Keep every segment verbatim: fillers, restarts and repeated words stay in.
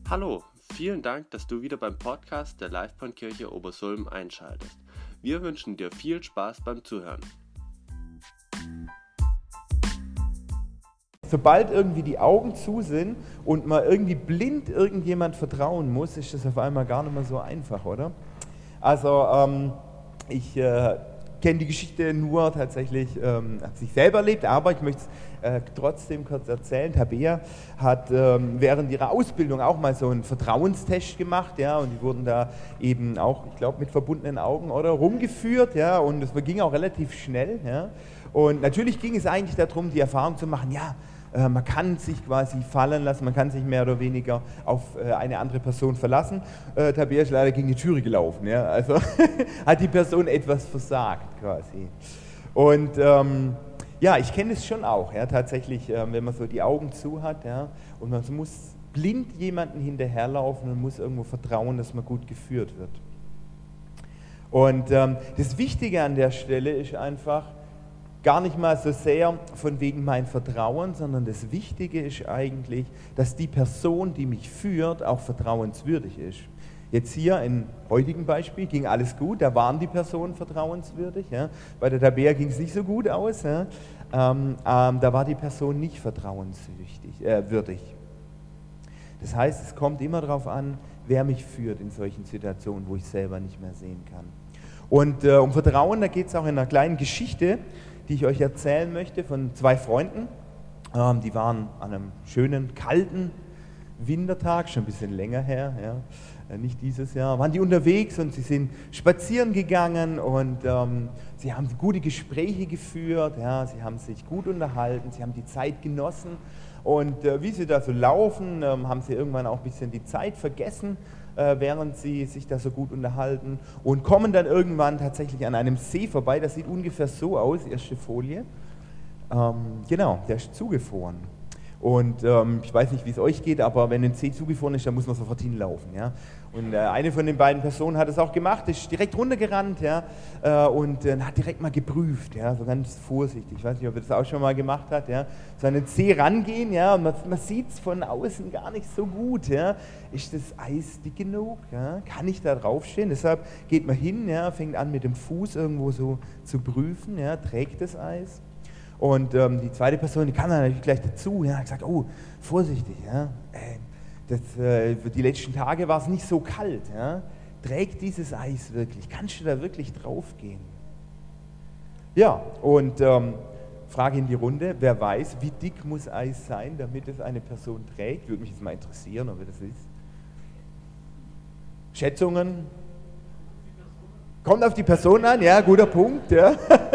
Hallo, vielen Dank, dass du wieder beim Podcast der Livebahnkirche Obersulm einschaltest. Wir wünschen dir viel Spaß beim Zuhören. Sobald irgendwie die Augen zu sind und man irgendwie blind irgendjemand vertrauen muss, ist das auf einmal gar nicht mehr so einfach, oder? Also ähm, ich äh, kenne die Geschichte nur tatsächlich, ähm, habe ich selber erlebt, aber ich möchte es äh, trotzdem kurz erzählen. Tabea hat ähm, während ihrer Ausbildung auch mal so einen Vertrauenstest gemacht, ja, und die wurden da eben auch, ich glaube, mit verbundenen Augen oder rumgeführt, ja, und es ging auch relativ schnell, ja. Und natürlich ging es eigentlich darum, die Erfahrung zu machen, ja, man kann sich quasi fallen lassen, man kann sich mehr oder weniger auf eine andere Person verlassen. Äh, Tabea ist leider gegen die Türe gelaufen, ja? Also hat die Person etwas versagt quasi. Und ähm, ja, ich kenne es schon auch, ja, tatsächlich, äh, wenn man so die Augen zu hat, ja, und man muss blind jemanden hinterherlaufen und muss irgendwo vertrauen, dass man gut geführt wird. Und ähm, das Wichtige an der Stelle ist einfach, gar nicht mal so sehr von wegen mein Vertrauen, sondern das Wichtige ist eigentlich, dass die Person, die mich führt, auch vertrauenswürdig ist. Jetzt hier im heutigen Beispiel ging alles gut, da waren die Personen vertrauenswürdig. Ja. Bei der Tabea ging es nicht so gut aus, ja. ähm, ähm, da war die Person nicht vertrauenswürdig. Äh, würdig. Das heißt, es kommt immer darauf an, wer mich führt in solchen Situationen, wo ich selber nicht mehr sehen kann. Und äh, um Vertrauen, da geht es auch in einer kleinen Geschichte, die ich euch erzählen möchte, von zwei Freunden. Ähm, die waren an einem schönen, kalten Wintertag, schon ein bisschen länger her, ja, äh, nicht dieses Jahr, waren die unterwegs und sie sind spazieren gegangen und ähm, sie haben gute Gespräche geführt, ja, sie haben sich gut unterhalten, sie haben die Zeit genossen und äh, wie sie da so laufen, ähm, haben sie irgendwann auch ein bisschen die Zeit vergessen, während sie sich da so gut unterhalten und kommen dann irgendwann tatsächlich an einem See vorbei. Das sieht ungefähr so aus, erste Folie. Ähm, genau, der ist zugefroren. Und ähm, ich weiß nicht, wie es euch geht, aber wenn ein See zugefroren ist, dann muss man sofort hinlaufen. Ja? Und äh, eine von den beiden Personen hat es auch gemacht, ist direkt runtergerannt, ja? äh, und äh, hat direkt mal geprüft, ja? So ganz vorsichtig. Ich weiß nicht, ob er das auch schon mal gemacht hat. Ja? So an den See rangehen, ja? Und man, man sieht es von außen gar nicht so gut. Ja? Ist das Eis dick genug? Ja? Kann ich da draufstehen? Deshalb geht man hin, ja? Fängt an mit dem Fuß irgendwo so zu prüfen, ja? Trägt das Eis. Und ähm, die zweite Person, die kam dann natürlich gleich dazu, ja, hat gesagt, oh, vorsichtig, ja, das, äh, die letzten Tage war es nicht so kalt, ja, trägt dieses Eis wirklich, kannst du da wirklich draufgehen? Ja, und ähm, Frage in die Runde, wer weiß, wie dick muss Eis sein, damit es eine Person trägt? Würde mich jetzt mal interessieren, ob ihr das wisst. Schätzungen? Kommt auf die Person an, ja, guter Punkt, ja.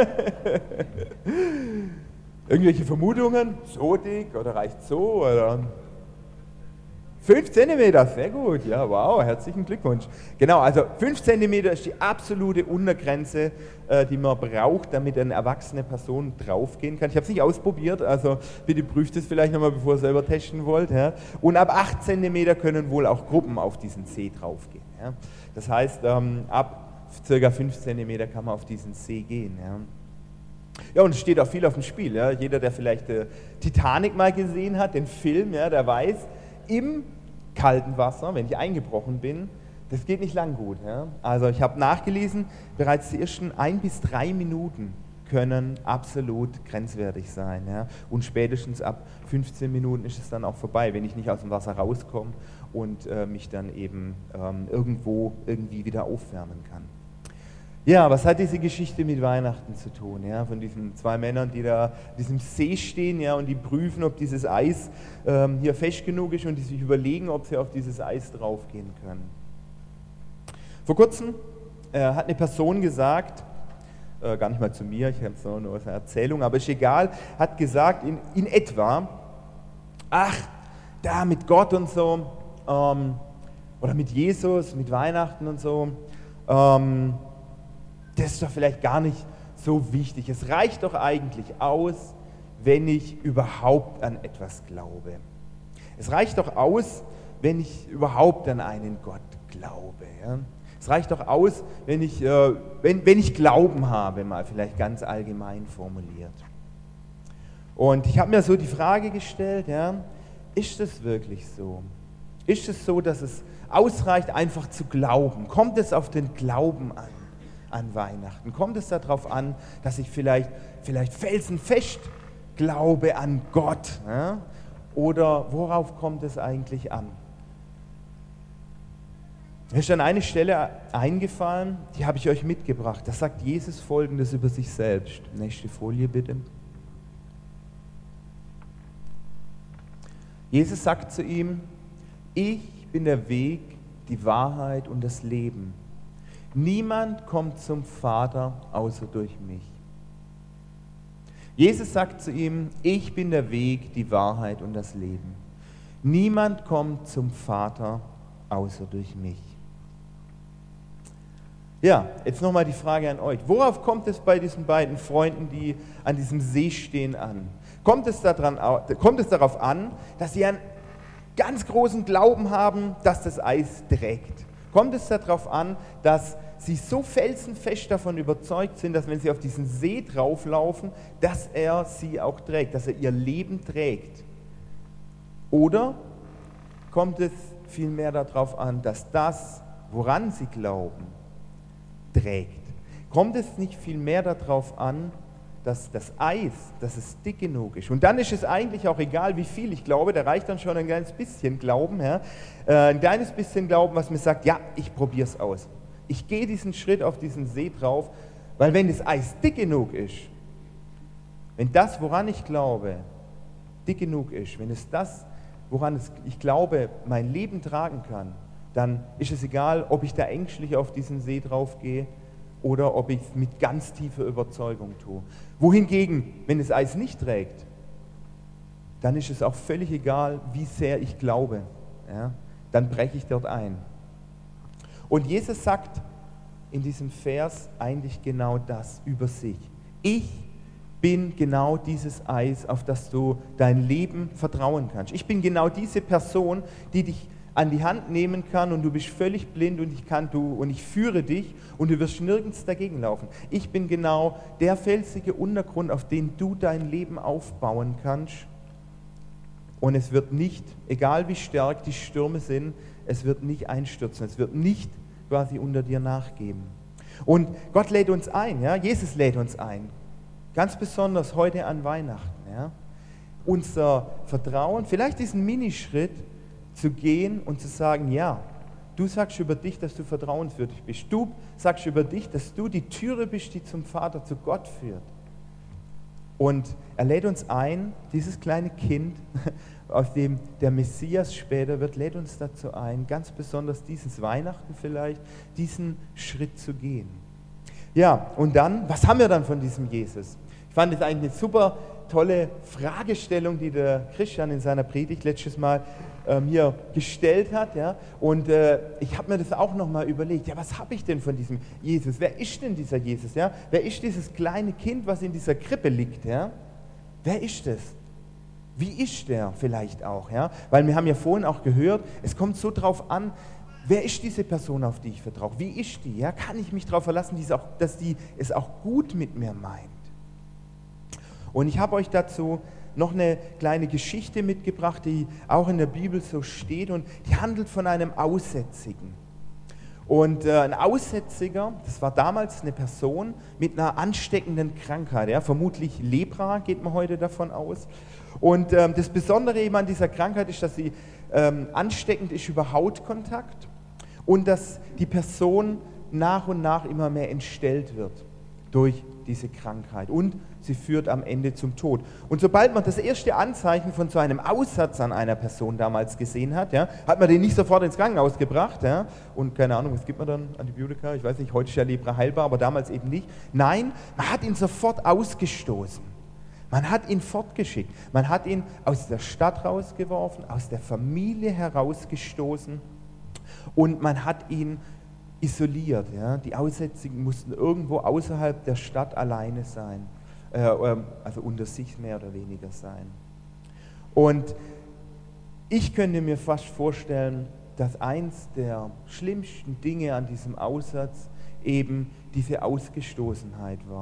Irgendwelche Vermutungen? So dick oder reicht so? Oder? fünf Zentimeter, sehr gut, ja, wow, herzlichen Glückwunsch. Genau, also fünf Zentimeter ist die absolute Untergrenze, äh, die man braucht, damit eine erwachsene Person draufgehen kann. Ich habe es nicht ausprobiert, also bitte prüft es vielleicht nochmal, bevor ihr selber testen wollt. Ja. Und ab acht Zentimeter können wohl auch Gruppen auf diesen See draufgehen. Ja. Das heißt, ähm, ab circa fünf Zentimeter kann man auf diesen See gehen. Ja. Ja, und es steht auch viel auf dem Spiel. Ja. Jeder, der vielleicht äh, Titanic mal gesehen hat, den Film, ja, der weiß, im kalten Wasser, wenn ich eingebrochen bin, das geht nicht lang gut. Ja. Also ich habe nachgelesen, bereits die ersten ein bis drei Minuten können absolut grenzwertig sein. Ja. Und spätestens ab fünfzehn Minuten ist es dann auch vorbei, wenn ich nicht aus dem Wasser rauskomme und äh, mich dann eben ähm, irgendwo irgendwie wieder aufwärmen kann. Ja, was hat diese Geschichte mit Weihnachten zu tun? Ja, von diesen zwei Männern, die da an diesem See stehen, ja, und die prüfen, ob dieses Eis ähm, hier fest genug ist und die sich überlegen, ob sie auf dieses Eis draufgehen können. Vor kurzem äh, hat eine Person gesagt, äh, gar nicht mal zu mir, ich habe es nur aus einer Erzählung, aber ist egal, hat gesagt in, in etwa, ach, da mit Gott und so, ähm, oder mit Jesus, mit Weihnachten und so, ähm, das ist doch vielleicht gar nicht so wichtig. Es reicht doch eigentlich aus, wenn ich überhaupt an etwas glaube. Es reicht doch aus, wenn ich überhaupt an einen Gott glaube. Ja? Es reicht doch aus, wenn ich, äh, wenn, wenn ich Glauben habe, mal vielleicht ganz allgemein formuliert. Und ich habe mir so die Frage gestellt, ja, ist das wirklich so? Ist es so, dass es ausreicht, einfach zu glauben? Kommt es auf den Glauben an, an Weihnachten? Kommt es darauf an, dass ich vielleicht, vielleicht felsenfest glaube an Gott? Ja? Oder worauf kommt es eigentlich an? Mir ist an eine Stelle eingefallen, die habe ich euch mitgebracht. Da sagt Jesus Folgendes über sich selbst. Nächste Folie bitte. Jesus sagt zu ihm, ich bin der Weg, die Wahrheit und das Leben. Niemand kommt zum Vater außer durch mich. Jesus sagt zu ihm, ich bin der Weg, die Wahrheit und das Leben. Niemand kommt zum Vater außer durch mich. Ja, jetzt nochmal die Frage an euch. Worauf kommt es bei diesen beiden Freunden, die an diesem See stehen, an? Kommt es, daran, kommt es darauf an, dass sie einen ganz großen Glauben haben, dass das Eis trägt? Kommt es darauf an, dass sie so felsenfest davon überzeugt sind, dass wenn sie auf diesen See drauflaufen, dass er sie auch trägt, dass er ihr Leben trägt? Oder kommt es vielmehr darauf an, dass das, woran sie glauben, trägt? Kommt es nicht vielmehr darauf an, dass das Eis, dass es dick genug ist? Und dann ist es eigentlich auch egal, wie viel ich glaube, da reicht dann schon ein kleines bisschen Glauben, ja? ein kleines bisschen Glauben, was mir sagt, ja, ich probiere es aus. Ich gehe diesen Schritt auf diesen See drauf, weil wenn das Eis dick genug ist, wenn das, woran ich glaube, dick genug ist, wenn es das, woran es, ich glaube, mein Leben tragen kann, dann ist es egal, ob ich da ängstlich auf diesen See drauf gehe oder ob ich es mit ganz tiefer Überzeugung tue. Wohingegen, wenn das Eis nicht trägt, dann ist es auch völlig egal, wie sehr ich glaube. Ja? Dann breche ich dort ein. Und Jesus sagt in diesem Vers eigentlich genau das über sich. Ich bin genau dieses Eis, auf das du dein Leben vertrauen kannst. Ich bin genau diese Person, die dich an die Hand nehmen kann und du bist völlig blind und ich kann du und ich führe dich und du wirst nirgends dagegen laufen. Ich bin genau der felsige Untergrund, auf den du dein Leben aufbauen kannst und es wird nicht, egal wie stark die Stürme sind, es wird nicht einstürzen, es wird nicht quasi unter dir nachgeben. Und Gott lädt uns ein, ja? Jesus lädt uns ein, ganz besonders heute an Weihnachten. Ja? Unser Vertrauen, vielleicht diesen Minischritt, zu gehen und zu sagen, ja, du sagst über dich, dass du vertrauenswürdig bist. Du sagst über dich, dass du die Türe bist, die zum Vater, zu Gott führt. Und er lädt uns ein, dieses kleine Kind, aus dem der Messias später wird, lädt uns dazu ein, ganz besonders dieses Weihnachten vielleicht, diesen Schritt zu gehen. Ja, und dann, was haben wir dann von diesem Jesus? Ich fand es eigentlich eine super tolle Fragestellung, die der Christian in seiner Predigt letztes Mal ähm, hier gestellt hat. Ja? Und äh, ich habe mir das auch nochmal überlegt, ja, was habe ich denn von diesem Jesus? Wer ist denn dieser Jesus? Ja? Wer ist dieses kleine Kind, was in dieser Krippe liegt? Ja? Wer ist das? Wie ist der vielleicht auch? Ja? Weil wir haben ja vorhin auch gehört, es kommt so drauf an, wer ist diese Person, auf die ich vertraue? Wie ist die? Ja? Kann ich mich darauf verlassen, dass die es auch gut mit mir meint? Und ich habe euch dazu noch eine kleine Geschichte mitgebracht, die auch in der Bibel so steht und die handelt von einem Aussätzigen. Und äh, ein Aussätziger, das war damals eine Person mit einer ansteckenden Krankheit, ja, vermutlich Lepra, geht man heute davon aus. Und ähm, das Besondere eben an dieser Krankheit ist, dass sie ähm, ansteckend ist über Hautkontakt und dass die Person nach und nach immer mehr entstellt wird durch diese Krankheit und sie führt am Ende zum Tod. Und sobald man das erste Anzeichen von so einem Aussatz an einer Person damals gesehen hat, ja, hat man den nicht sofort ins Krankenhaus gebracht, ja, und keine Ahnung, was gibt man dann, Antibiotika, ich weiß nicht, heute ist ja Lepra heilbar, aber damals eben nicht. Nein, man hat ihn sofort ausgestoßen. Man hat ihn fortgeschickt. Man hat ihn aus der Stadt rausgeworfen, aus der Familie herausgestoßen und man hat ihn isoliert. Ja. Die Aussätzigen mussten irgendwo außerhalb der Stadt alleine sein, äh, also unter sich mehr oder weniger sein. Und ich könnte mir fast vorstellen, dass eins der schlimmsten Dinge an diesem Aussatz eben diese Ausgestoßenheit war.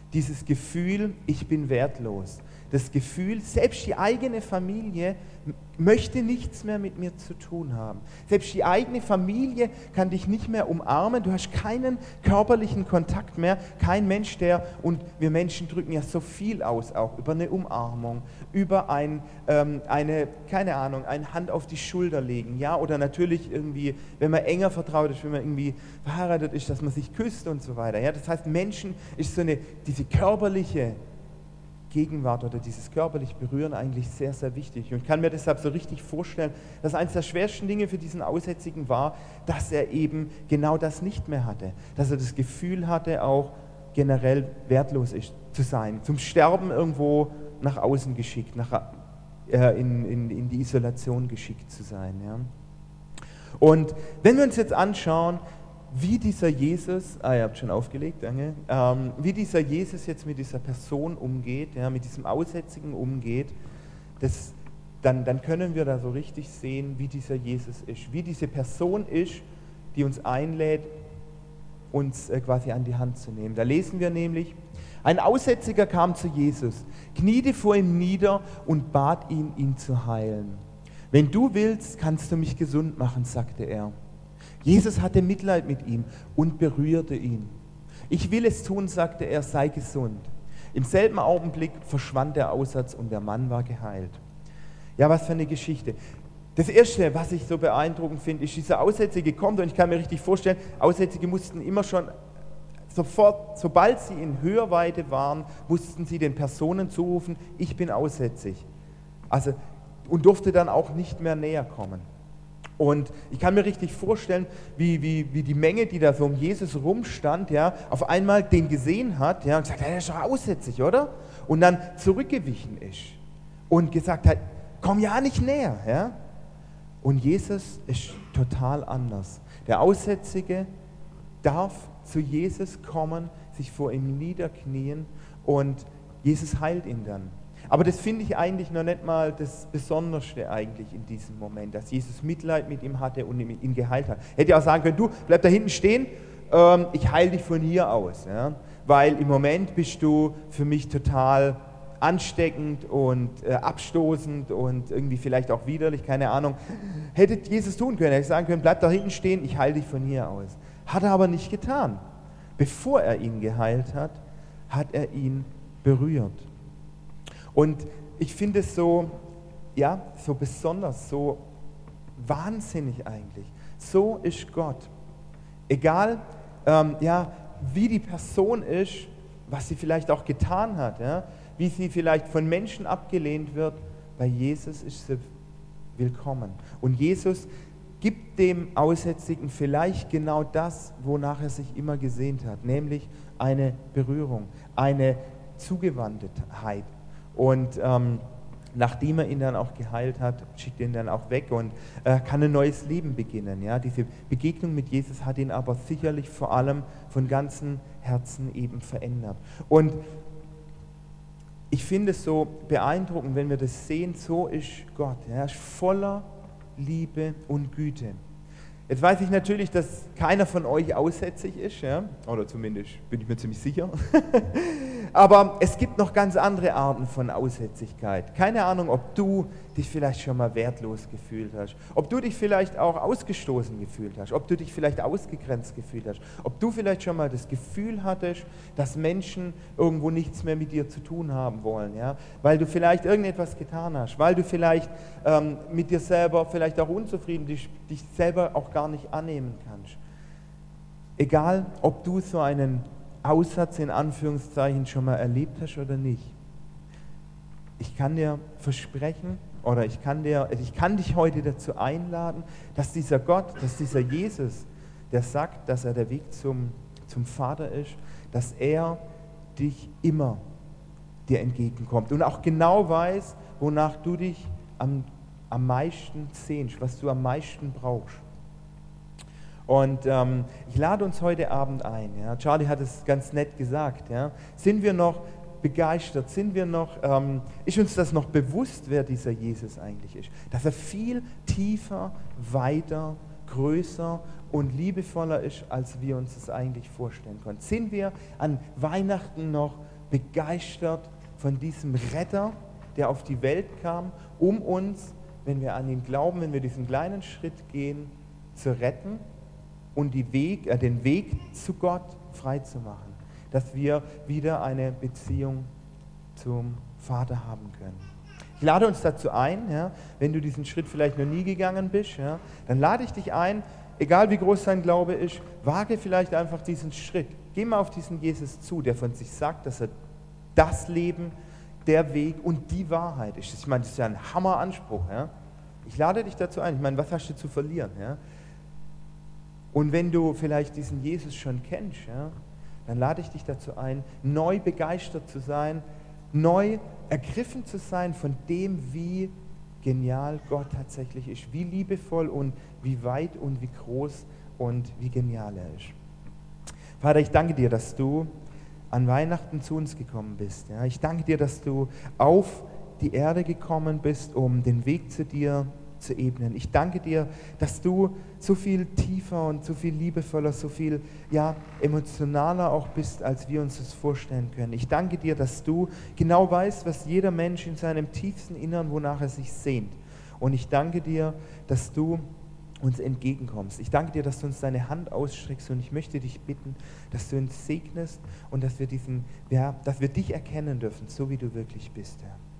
Dieses Gefühl, ich bin wertlos. Das Gefühl, selbst die eigene Familie möchte nichts mehr mit mir zu tun haben. Selbst die eigene Familie kann dich nicht mehr umarmen. Du hast keinen körperlichen Kontakt mehr. Kein Mensch, der, und wir Menschen drücken ja so viel aus, auch über eine Umarmung, über ein, ähm, eine, keine Ahnung, eine Hand auf die Schulter legen. Ja, oder natürlich irgendwie, wenn man enger vertraut ist, wenn man irgendwie verheiratet ist, dass man sich küsst und so weiter. Ja, das heißt, Menschen ist so eine, diese körperliche Gegenwart oder dieses körperliche Berühren eigentlich sehr, sehr wichtig. Und ich kann mir deshalb so richtig vorstellen, dass eines der schwersten Dinge für diesen Aussätzigen war, dass er eben genau das nicht mehr hatte. Dass er das Gefühl hatte, auch generell wertlos ist, zu sein. Zum Sterben irgendwo nach außen geschickt, nach, äh, in, in, in die Isolation geschickt zu sein. Ja. Und wenn wir uns jetzt anschauen, wie dieser Jesus, ah, ihr habt schon aufgelegt, danke, ähm, wie dieser Jesus jetzt mit dieser Person umgeht, ja, mit diesem Aussätzigen umgeht, das, dann, dann können wir da so richtig sehen, wie dieser Jesus ist, wie diese Person ist, die uns einlädt, uns äh, quasi an die Hand zu nehmen. Da lesen wir nämlich, ein Aussätziger kam zu Jesus, kniete vor ihm nieder und bat ihn, ihn zu heilen. Wenn du willst, kannst du mich gesund machen, sagte er. Jesus hatte Mitleid mit ihm und berührte ihn. Ich will es tun, sagte er, sei gesund. Im selben Augenblick verschwand der Aussatz und der Mann war geheilt. Ja, was für eine Geschichte. Das Erste, was ich so beeindruckend finde, ist, dieser Aussätzige kommt, und ich kann mir richtig vorstellen, Aussätzige mussten immer schon sofort, sobald sie in Hörweite waren, mussten sie den Personen zurufen, ich bin aussätzig. Also, und durfte dann auch nicht mehr näher kommen. Und ich kann mir richtig vorstellen, wie, wie, wie die Menge, die da so um Jesus rumstand, ja, auf einmal den gesehen hat, ja, und gesagt hat, er ist doch aussätzig, oder? Und dann zurückgewichen ist und gesagt hat, komm ja nicht näher. Ja? Und Jesus ist total anders. Der Aussätzige darf zu Jesus kommen, sich vor ihm niederknien und Jesus heilt ihn dann. Aber das finde ich eigentlich noch nicht mal das Besonderste eigentlich in diesem Moment, dass Jesus Mitleid mit ihm hatte und ihn geheilt hat. Hätte ja auch sagen können, du, bleib da hinten stehen, ähm, ich heile dich von hier aus. Ja? Weil im Moment bist du für mich total ansteckend und äh, abstoßend und irgendwie vielleicht auch widerlich, keine Ahnung. Hätte Jesus tun können, hätte sagen können, bleib da hinten stehen, ich heile dich von hier aus. Hat er aber nicht getan. Bevor er ihn geheilt hat, hat er ihn berührt. Und ich finde es so, ja, so besonders, so wahnsinnig eigentlich. So ist Gott. Egal, ähm, ja, wie die Person ist, was sie vielleicht auch getan hat, ja, wie sie vielleicht von Menschen abgelehnt wird, bei Jesus ist sie willkommen. Und Jesus gibt dem Aussätzigen vielleicht genau das, wonach er sich immer gesehnt hat, nämlich eine Berührung, eine Zugewandtheit. Und ähm, nachdem er ihn dann auch geheilt hat, schickt er ihn dann auch weg und äh, kann ein neues Leben beginnen. Ja? Diese Begegnung mit Jesus hat ihn aber sicherlich vor allem von ganzem Herzen eben verändert. Und ich finde es so beeindruckend, wenn wir das sehen, so ist Gott. Er ist voller Liebe und Güte. Jetzt weiß ich natürlich, dass keiner von euch aussätzig ist, ja? Oder zumindest bin ich mir ziemlich sicher. Aber es gibt noch ganz andere Arten von Aussätzigkeit. Keine Ahnung, ob du dich vielleicht schon mal wertlos gefühlt hast, ob du dich vielleicht auch ausgestoßen gefühlt hast, ob du dich vielleicht ausgegrenzt gefühlt hast, ob du vielleicht schon mal das Gefühl hattest, dass Menschen irgendwo nichts mehr mit dir zu tun haben wollen, ja? Weil du vielleicht irgendetwas getan hast, weil du vielleicht ähm, mit dir selber vielleicht auch unzufrieden bist, dich selber auch gar nicht annehmen kannst. Egal, ob du so einen Aussatz in Anführungszeichen schon mal erlebt hast oder nicht. Ich kann dir versprechen, oder ich kann, dir, ich kann dich heute dazu einladen, dass dieser Gott, dass dieser Jesus, der sagt, dass er der Weg zum, zum Vater ist, dass er dich immer dir entgegenkommt und auch genau weiß, wonach du dich am, am meisten sehnst, was du am meisten brauchst. Und ähm, ich lade uns heute Abend ein. Ja? Charlie hat es ganz nett gesagt. Ja? Sind wir noch begeistert? Sind wir noch, ähm, ist uns das noch bewusst, wer dieser Jesus eigentlich ist? Dass er viel tiefer, weiter, größer und liebevoller ist, als wir uns das eigentlich vorstellen können. Sind wir an Weihnachten noch begeistert von diesem Retter, der auf die Welt kam, um uns, wenn wir an ihn glauben, wenn wir diesen kleinen Schritt gehen, zu retten und die Weg, äh, den Weg zu Gott frei zu machen, dass wir wieder eine Beziehung zum Vater haben können. Ich lade uns dazu ein, ja, wenn du diesen Schritt vielleicht noch nie gegangen bist, ja, dann lade ich dich ein, egal wie groß dein Glaube ist, wage vielleicht einfach diesen Schritt. Geh mal auf diesen Jesus zu, der von sich sagt, dass er das Leben, der Weg und die Wahrheit ist. Ich meine, das ist ja ein Hammeranspruch. Ja. Ich lade dich dazu ein. Ich meine, was hast du zu verlieren? Ja? Und wenn du vielleicht diesen Jesus schon kennst, ja, dann lade ich dich dazu ein, neu begeistert zu sein, neu ergriffen zu sein von dem, wie genial Gott tatsächlich ist, wie liebevoll und wie weit und wie groß und wie genial er ist. Vater, ich danke dir, dass du an Weihnachten zu uns gekommen bist. Ja, ich danke dir, dass du auf die Erde gekommen bist, um den Weg zu dir zu ebnen. Ich danke dir, dass du so viel tiefer und so viel liebevoller, so viel ja, emotionaler auch bist, als wir uns das vorstellen können. Ich danke dir, dass du genau weißt, was jeder Mensch in seinem tiefsten Innern, wonach er sich sehnt. Und ich danke dir, dass du uns entgegenkommst. Ich danke dir, dass du uns deine Hand ausstreckst und ich möchte dich bitten, dass du uns segnest und dass wir, diesen, ja, dass wir dich erkennen dürfen, so wie du wirklich bist, Herr.